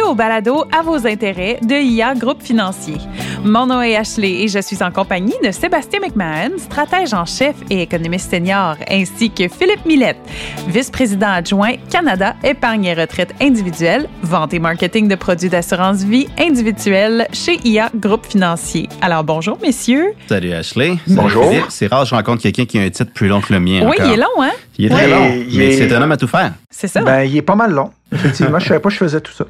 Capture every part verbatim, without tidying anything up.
au balado À vos intérêts de I A Groupe Financier. Mon nom est Ashley et je suis en compagnie de Sébastien McMahon, stratège en chef et économiste senior, ainsi que Philippe Millette, vice-président adjoint Canada Épargne et retraite individuelle, vente et marketing de produits d'assurance vie individuelle chez I A Groupe Financier. Alors bonjour messieurs. Salut Ashley. Bonjour. Salut, c'est rare que je rencontre quelqu'un qui a un titre plus long que le mien. Oui, encore. il est long, hein? Il est très Oui, long, il mais est- c'est un homme à tout faire. C'est ça? Ben, il est pas mal long. Effectivement, je savais pas que je faisais tout ça.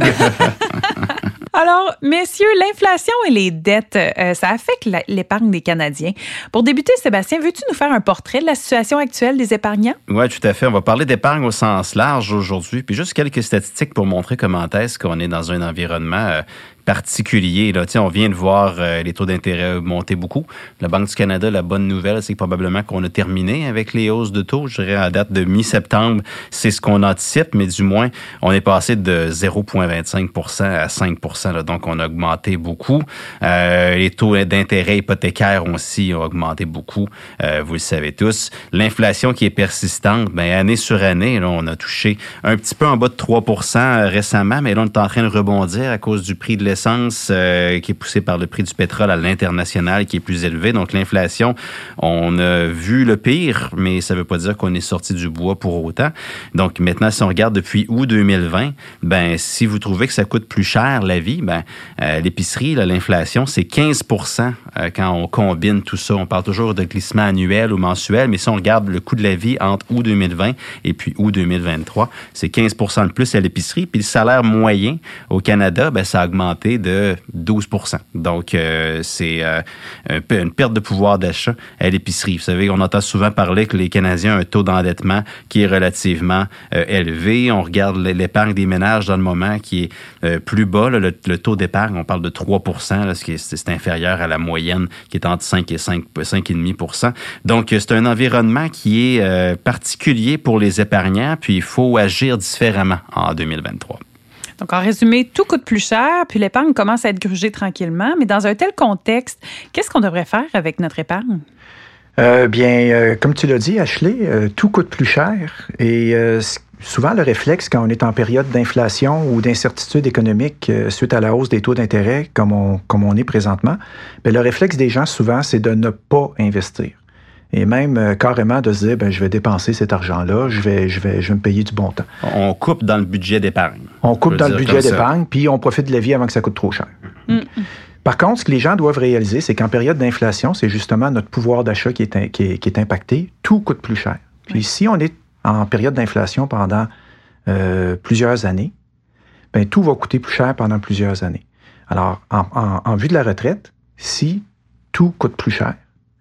Alors, messieurs, l'inflation et les dettes, euh, ça affecte la- l'épargne des Canadiens. Pour débuter, Sébastien, veux-tu nous faire un portrait de la situation actuelle des épargnants? Oui, tout à fait. On va parler d'épargne au sens large aujourd'hui, puis juste quelques statistiques pour montrer comment est-ce qu'on est dans un environnement euh, particulier. Là. Tiens, on vient de voir euh, les taux d'intérêt monter beaucoup. La Banque du Canada, la bonne nouvelle, c'est probablement qu'on a terminé avec les hausses de taux. Je dirais à date de mi-septembre, c'est ce qu'on anticipe, mais du moins, on est passé de zéro virgule vingt-cinq pour cent à cinq pour cent. Là, donc, on a augmenté beaucoup. Euh, les taux d'intérêt hypothécaires aussi ont augmenté beaucoup. Euh, vous le savez tous. L'inflation qui est persistante, bien, année sur année, là, on a touché un petit peu en bas de trois pour cent récemment, mais là, on est en train de rebondir à cause du prix de l'essence euh, qui est poussé par le prix du pétrole à l'international qui est plus élevé. Donc, l'inflation, on a vu le pire, mais ça ne veut pas dire qu'on est sorti du bois pour autant. Donc, maintenant, si on regarde depuis août deux mille vingt, ben, si vous trouvez que ça coûte plus cher la vie, ben, euh, l'épicerie, là, l'inflation, c'est quinze pour cent euh, quand on combine tout ça. On parle toujours de glissement annuel ou mensuel, mais si on regarde le coût de la vie entre août deux mille vingt et puis août deux mille vingt-trois, c'est quinze pour cent de plus à l'épicerie. Puis le salaire moyen au Canada, ben, ça a augmenté de douze pour cent. Donc, euh, c'est euh, un peu une perte de pouvoir d'achat à l'épicerie. Vous savez, on entend souvent parler que les Canadiens ont un taux d'endettement qui est relativement euh, élevé. On regarde l'épargne des ménages dans le moment qui est euh, plus bas. Là, le, le taux d'épargne, on parle de trois pour cent, là, ce qui est, c'est inférieur à la moyenne qui est entre cinq et cinq virgule cinq pour cent. Donc, c'est un environnement qui est euh, particulier pour les épargnants, puis il faut agir différemment en deux mille vingt-trois. Donc, en résumé, tout coûte plus cher, puis l'épargne commence à être grugée tranquillement. Mais dans un tel contexte, qu'est-ce qu'on devrait faire avec notre épargne? Euh, bien, euh, comme tu l'as dit, Ashley, euh, tout coûte plus cher. Et euh, c- souvent, le réflexe, quand on est en période d'inflation ou d'incertitude économique euh, suite à la hausse des taux d'intérêt, comme on, comme on est présentement, bien, le réflexe des gens, souvent, c'est de ne pas investir. Et même euh, carrément de se dire, ben, je vais dépenser cet argent-là, je vais, je, vais, je vais me payer du bon temps. On coupe dans le budget d'épargne. On coupe peut dans le dire budget comme ça. d'épargne, puis on profite de la vie avant que ça coûte trop cher. Mm. Par contre, ce que les gens doivent réaliser, c'est qu'en période d'inflation, c'est justement notre pouvoir d'achat qui est, qui est, qui est impacté. Tout coûte plus cher. Puis Oui. si on est en période d'inflation pendant euh, plusieurs années, bien, tout va coûter plus cher pendant plusieurs années. Alors, en, en, en vue de la retraite, si tout coûte plus cher,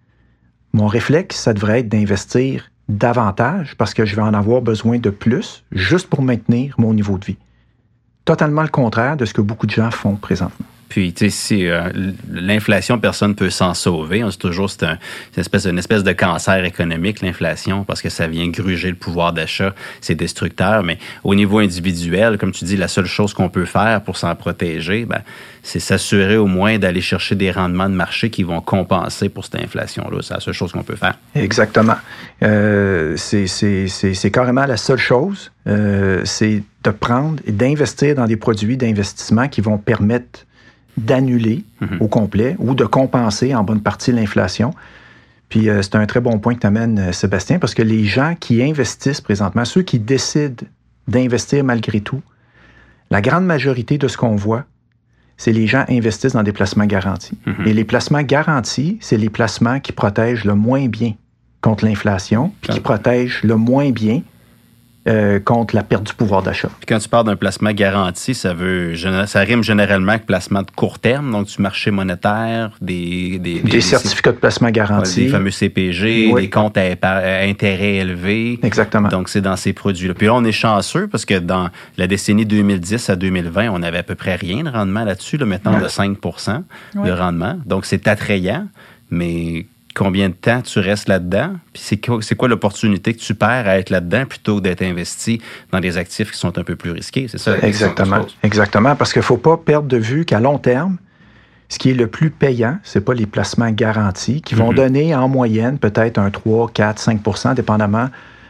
mon réflexe, ça devrait être d'investir davantage parce que je vais en avoir besoin de plus juste pour maintenir mon niveau de vie. Totalement le contraire de ce que beaucoup de gens font présentement. Puis, tu sais, si euh, l'inflation, personne ne peut s'en sauver. C'est toujours c'est un, c'est une, espèce, une espèce de cancer économique, l'inflation, parce que ça vient gruger le pouvoir d'achat. C'est destructeur. Mais au niveau individuel, comme tu dis, la seule chose qu'on peut faire pour s'en protéger, ben, c'est s'assurer au moins d'aller chercher des rendements de marché qui vont compenser pour cette inflation-là. C'est la seule chose qu'on peut faire. Exactement. Euh, c'est, c'est, c'est, c'est carrément la seule chose. Euh, c'est de prendre et d'investir dans des produits d'investissement qui vont permettre d'annuler mm-hmm. au complet ou de compenser en bonne partie l'inflation. Puis euh, c'est un très bon point que tu amènes, euh, Sébastien, parce que les gens qui investissent présentement, ceux qui décident d'investir malgré tout, la grande majorité de ce qu'on voit, c'est les gens investissent dans des placements garantis. Mm-hmm. Et les placements garantis, c'est les placements qui protègent le moins bien contre l'inflation, puis qui protègent le moins bien Euh, contre la perte du pouvoir d'achat. Puis quand tu parles d'un placement garanti, ça veut ça rime généralement avec placement de court terme, donc du marché monétaire, des... Des, des, des certificats de placement garantis. Ouais, des fameux C P G, oui. des comptes à, à intérêt élevé. Exactement. Donc, c'est dans ces produits-là. Puis là, on est chanceux parce que dans la décennie deux mille dix à deux mille vingt, on avait à peu près rien de rendement là-dessus, là, maintenant, ouais. de cinq pour cent ouais. de rendement. Donc, c'est attrayant, mais... Combien de temps tu restes là-dedans? Puis c'est quoi, c'est quoi l'opportunité que tu perds à être là-dedans plutôt que d'être investi dans des actifs qui sont un peu plus risqués? C'est ça? Exactement. Exactement. Parce qu'il ne faut pas perdre de vue qu'à long terme, ce qui est le plus payant, ce n'est pas les placements garantis qui vont mm-hmm. donner en moyenne peut-être un trois, quatre, cinq pour cent, dépendamment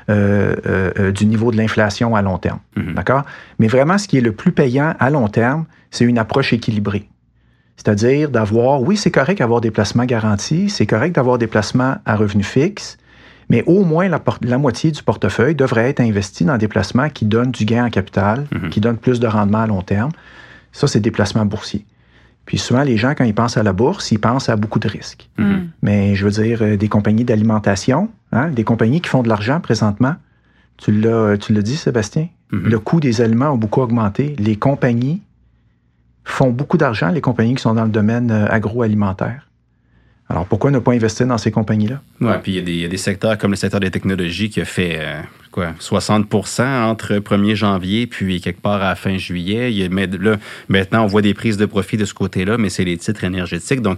euh, euh, du niveau de l'inflation à long terme. Mm-hmm. D'accord? Mais vraiment, ce qui est le plus payant à long terme, c'est une approche équilibrée. C'est-à-dire d'avoir, oui, c'est correct d'avoir des placements garantis, c'est correct d'avoir des placements à revenus fixes, mais au moins la, la moitié du portefeuille devrait être investi dans des placements qui donnent du gain en capital, mm-hmm. qui donnent plus de rendement à long terme. Ça, c'est des placements boursiers. Puis souvent, les gens, quand ils pensent à la bourse, ils pensent à beaucoup de risques. Mm-hmm. Mais je veux dire, euh, des compagnies d'alimentation, hein, des compagnies qui font de l'argent présentement, tu l'as, tu l'as dit, Sébastien, mm-hmm. le coût des aliments a beaucoup augmenté. Les compagnies font beaucoup d'argent, les compagnies qui sont dans le domaine euh, agroalimentaire. Alors, pourquoi ne pas investir dans ces compagnies-là? Oui, puis il y, a des, il y a des secteurs comme le secteur des technologies qui a fait euh, quoi, soixante pour cent entre premier janvier puis quelque part à la fin juillet. Il y a, mais là, maintenant, on voit des prises de profit de ce côté-là, mais c'est les titres énergétiques. Donc,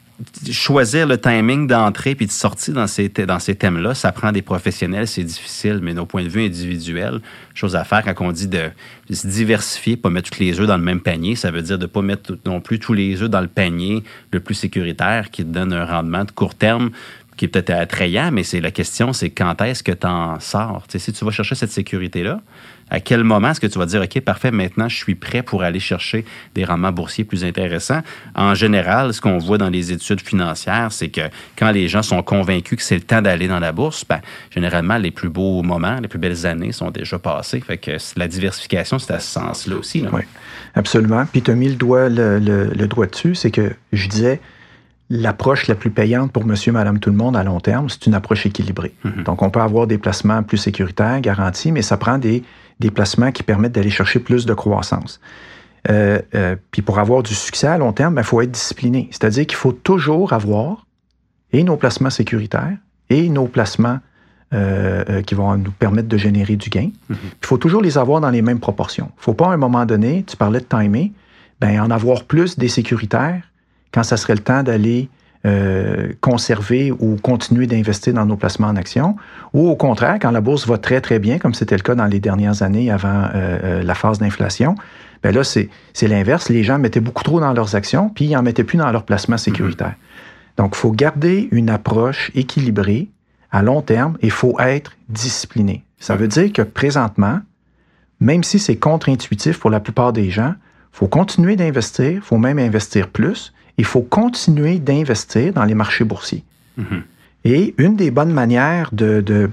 choisir le timing d'entrée puis de sortie dans ces, dans ces thèmes-là, ça prend des professionnels, c'est difficile, mais d'un point de vue individuel, chose à faire quand on dit de, de se diversifier, pas mettre tous les œufs dans le même panier, ça veut dire de ne pas mettre non plus tous les œufs dans le panier le plus sécuritaire qui te donne un rendement de court terme qui est peut-être attrayant, mais c'est la question, c'est quand est-ce que tu en sors? Tu sais, si tu vas chercher cette sécurité-là, à quel moment est-ce que tu vas dire, OK, parfait, maintenant, je suis prêt pour aller chercher des rendements boursiers plus intéressants? En général, ce qu'on voit dans les études financières, c'est que quand les gens sont convaincus que c'est le temps d'aller dans la bourse, ben, généralement, les plus beaux moments, les plus belles années sont déjà passées. Fait que la diversification, c'est à ce sens-là aussi. Là. Oui, absolument. Puis tu as mis le doigt, le, le, le doigt dessus, c'est que je disais, l'approche la plus payante pour monsieur, madame, tout le monde à long terme, c'est une approche équilibrée. Mm-hmm. Donc, on peut avoir des placements plus sécuritaires, garantis, mais ça prend des, des placements qui permettent d'aller chercher plus de croissance. Euh, euh, puis pour avoir du succès à long terme, il faut être discipliné. C'est-à-dire qu'il faut toujours avoir et nos placements sécuritaires et nos placements euh, euh, qui vont nous permettre de générer du gain. Mm-hmm. Il faut toujours les avoir dans les mêmes proportions. Il ne faut pas à un moment donné, tu parlais de timer, ben, en avoir plus des sécuritaires quand ça serait le temps d'aller euh, conserver ou continuer d'investir dans nos placements en actions, ou au contraire, quand la bourse va très, très bien, comme c'était le cas dans les dernières années avant euh, la phase d'inflation, bien là, c'est, c'est l'inverse. Les gens mettaient beaucoup trop dans leurs actions, puis ils n'en mettaient plus dans leurs placements sécuritaires. Mm-hmm. Donc, il faut garder une approche équilibrée à long terme et il faut être discipliné. Ça veut dire que présentement, même si c'est contre-intuitif pour la plupart des gens, il faut continuer d'investir, il faut même investir plus. Il faut continuer d'investir dans les marchés boursiers. Mm-hmm. Et une des bonnes manières de, de,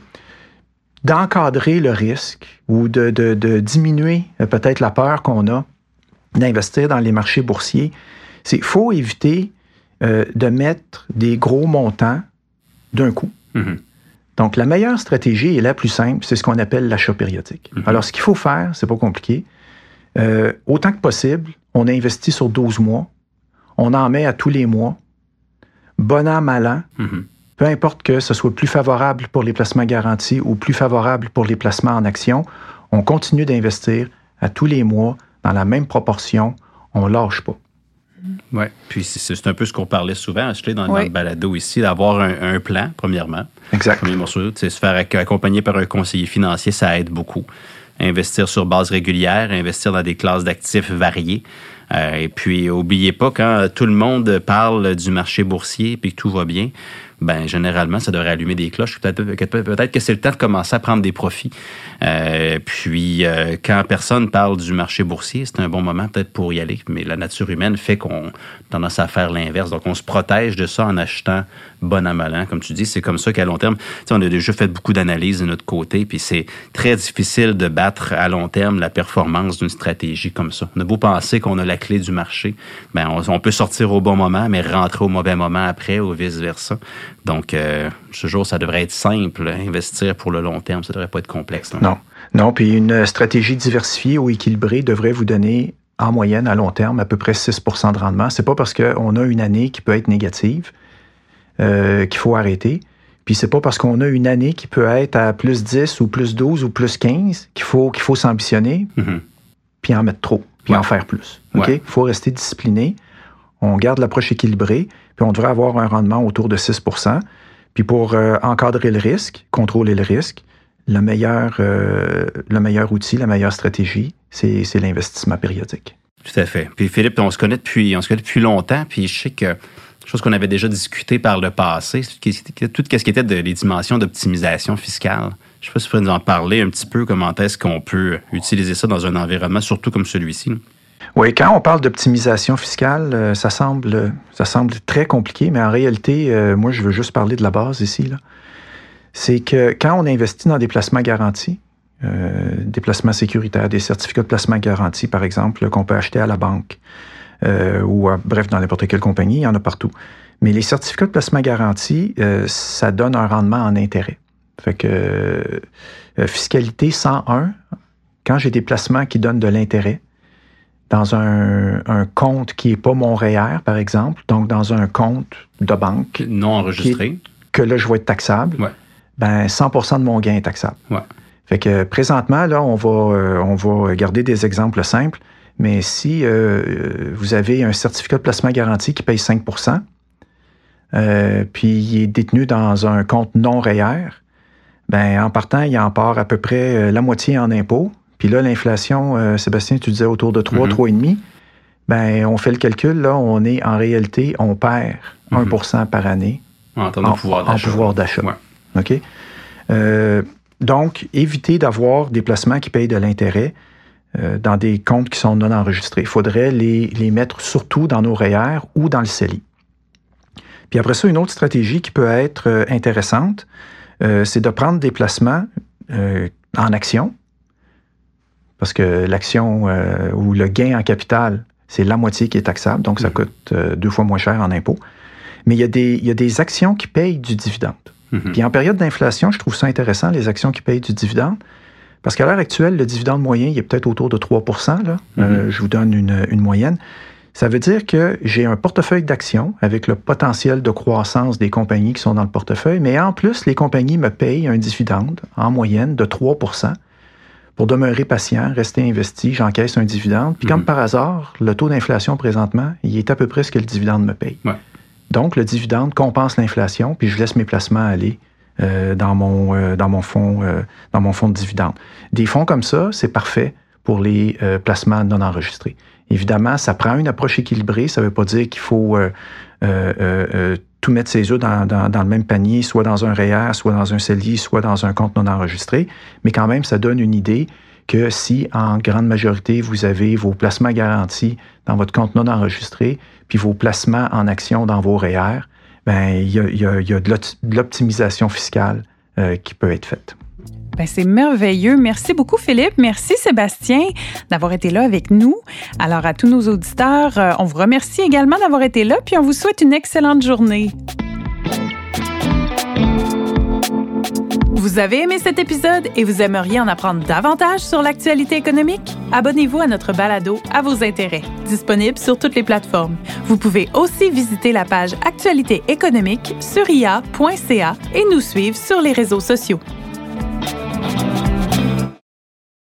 d'encadrer le risque ou de, de, de diminuer peut-être la peur qu'on a d'investir dans les marchés boursiers, c'est qu'il faut éviter euh, de mettre des gros montants d'un coup. Mm-hmm. Donc, la meilleure stratégie et la plus simple, c'est ce qu'on appelle l'achat périodique. Mm-hmm. Alors, ce qu'il faut faire, c'est pas compliqué. Euh, autant que possible, on investit sur douze mois. On en met à tous les mois, bon an, mal an, mm-hmm. peu importe que ce soit plus favorable pour les placements garantis ou plus favorable pour les placements en actions, on continue d'investir à tous les mois dans la même proportion, on ne lâche pas. Oui, puis c'est, c'est un peu ce qu'on parlait souvent, Ashley, dans, oui. dans le balado ici, d'avoir un, un plan, premièrement. Exact. Premier morceau, c'est se faire accompagner par un conseiller financier, ça aide beaucoup. Investir sur base régulière, investir dans des classes d'actifs variées. Euh, et puis, n'oubliez pas, quand tout le monde parle du marché boursier puis que tout va bien, ben généralement, ça devrait allumer des cloches. Peut-être, peut-être que c'est le temps de commencer à prendre des profits. Euh, puis, euh, quand personne parle du marché boursier, c'est un bon moment peut-être pour y aller. Mais la nature humaine fait qu'on a tendance à faire l'inverse. Donc, on se protège de ça en achetant bon an, mal an. Comme tu dis, c'est comme ça qu'à long terme, on a déjà fait beaucoup d'analyses de notre côté. Puis, c'est très difficile de battre à long terme la performance d'une stratégie comme ça. On a beau penser qu'on a la clé du marché, ben on, on peut sortir au bon moment, mais rentrer au mauvais moment après ou vice-versa. Donc, euh, ce jour, ça devrait être simple. Investir pour le long terme, ça ne devrait pas être complexe. Non, non. non puis une stratégie diversifiée ou équilibrée devrait vous donner, en moyenne, à long terme, à peu près six pour cent de rendement. C'est pas parce qu'on a une année qui peut être négative euh, qu'il faut arrêter. Puis c'est pas parce qu'on a une année qui peut être à plus dix ou plus douze ou plus quinze qu'il faut, qu'il faut s'ambitionner, mm-hmm. puis en mettre trop, puis ouais. en faire plus. OK? Il ouais. faut rester discipliné. On garde l'approche équilibrée, puis on devrait avoir un rendement autour de six pour cent. Puis pour euh, encadrer le risque, contrôler le risque, le meilleur, euh, le meilleur outil, la meilleure stratégie, c'est, c'est l'investissement périodique. Tout à fait. Puis Philippe, on se connaît depuis, on se connaît depuis longtemps, puis je sais que chose qu'on avait déjà discuté par le passé, tout ce qui était de, les dimensions d'optimisation fiscale. Je ne sais pas si vous pouvez nous en parler un petit peu, comment est-ce qu'on peut utiliser ça dans un environnement, surtout comme celui-ci. Oui, quand on parle d'optimisation fiscale, euh, ça semble, ça semble très compliqué, mais en réalité, euh, moi, je veux juste parler de la base ici, là. C'est que quand on investit dans des placements garantis, euh, des placements sécuritaires, des certificats de placement garantis, par exemple, là, qu'on peut acheter à la banque, euh, ou à, bref, dans n'importe quelle compagnie, il y en a partout. Mais les certificats de placement garantis, euh, ça donne un rendement en intérêt. Fait que euh, fiscalité cent un, quand j'ai des placements qui donnent de l'intérêt, dans un, un compte qui n'est pas mon R E E R, par exemple, donc dans un compte de banque. Non enregistré. Qui, que là, je vais être taxable, ouais. ben cent pour cent de mon gain est taxable. Ouais. Fait que présentement, là, on va, euh, on va garder des exemples simples, mais si euh, vous avez un certificat de placement garanti qui paye cinq pour cent, euh, puis il est détenu dans un compte non R E E R, ben en partant, il en part à peu près la moitié en impôts. Puis là, l'inflation, euh, Sébastien, tu disais autour de trois, mm-hmm. trois virgule cinq. Ben, on fait le calcul, là, on est en réalité, on perd mm-hmm. un pour cent par année en termes de pouvoir d'achat. En pouvoir d'achat. Ouais. OK? Euh, donc, éviter d'avoir des placements qui payent de l'intérêt euh, dans des comptes qui sont non enregistrés. Il faudrait les, les mettre surtout dans nos R E E R ou dans le C E L I. Puis après ça, une autre stratégie qui peut être euh, intéressante, euh, c'est de prendre des placements euh, en actions. Parce que l'action euh, ou le gain en capital, c'est la moitié qui est taxable, donc ça mmh. coûte euh, deux fois moins cher en impôts. Mais il y a des, il y a des actions qui payent du dividende. Mmh. Puis en période d'inflation, je trouve ça intéressant, les actions qui payent du dividende, parce qu'à l'heure actuelle, le dividende moyen, il est peut-être autour de trois pour cent. Là. Mmh. Euh, je vous donne une, une moyenne. Ça veut dire que j'ai un portefeuille d'actions avec le potentiel de croissance des compagnies qui sont dans le portefeuille, mais en plus, les compagnies me payent un dividende en moyenne de trois pour cent. Pour demeurer patient, rester investi, j'encaisse un dividende. Puis, mm-hmm. comme par hasard, le taux d'inflation présentement, il est à peu près ce que le dividende me paye. Ouais. Donc, le dividende compense l'inflation, puis je laisse mes placements aller euh, dans, mon, euh, dans, mon fonds, euh, dans mon fonds de dividende. Des fonds comme ça, c'est parfait pour les euh, placements non enregistrés. Évidemment, ça prend une approche équilibrée. Ça ne veut pas dire qu'il faut euh, euh, euh, tout mettre ses œufs dans, dans, dans le même panier, soit dans un R E E R, soit dans un C E L I, soit dans un compte non enregistré. Mais quand même, ça donne une idée que si, en grande majorité, vous avez vos placements garantis dans votre compte non enregistré, puis vos placements en actions dans vos R E E R, bien, il y a, il y a, il y a de l'optimisation fiscale euh, qui peut être faite. Bien, c'est merveilleux. Merci beaucoup, Philippe. Merci, Sébastien, d'avoir été là avec nous. Alors, à tous nos auditeurs, euh, on vous remercie également d'avoir été là, puis on vous souhaite une excellente journée. Vous avez aimé cet épisode et vous aimeriez en apprendre davantage sur l'actualité économique? Abonnez-vous à notre balado à vos intérêts, disponible sur toutes les plateformes. Vous pouvez aussi visiter la page Actualité économique sur i a point c a et nous suivre sur les réseaux sociaux.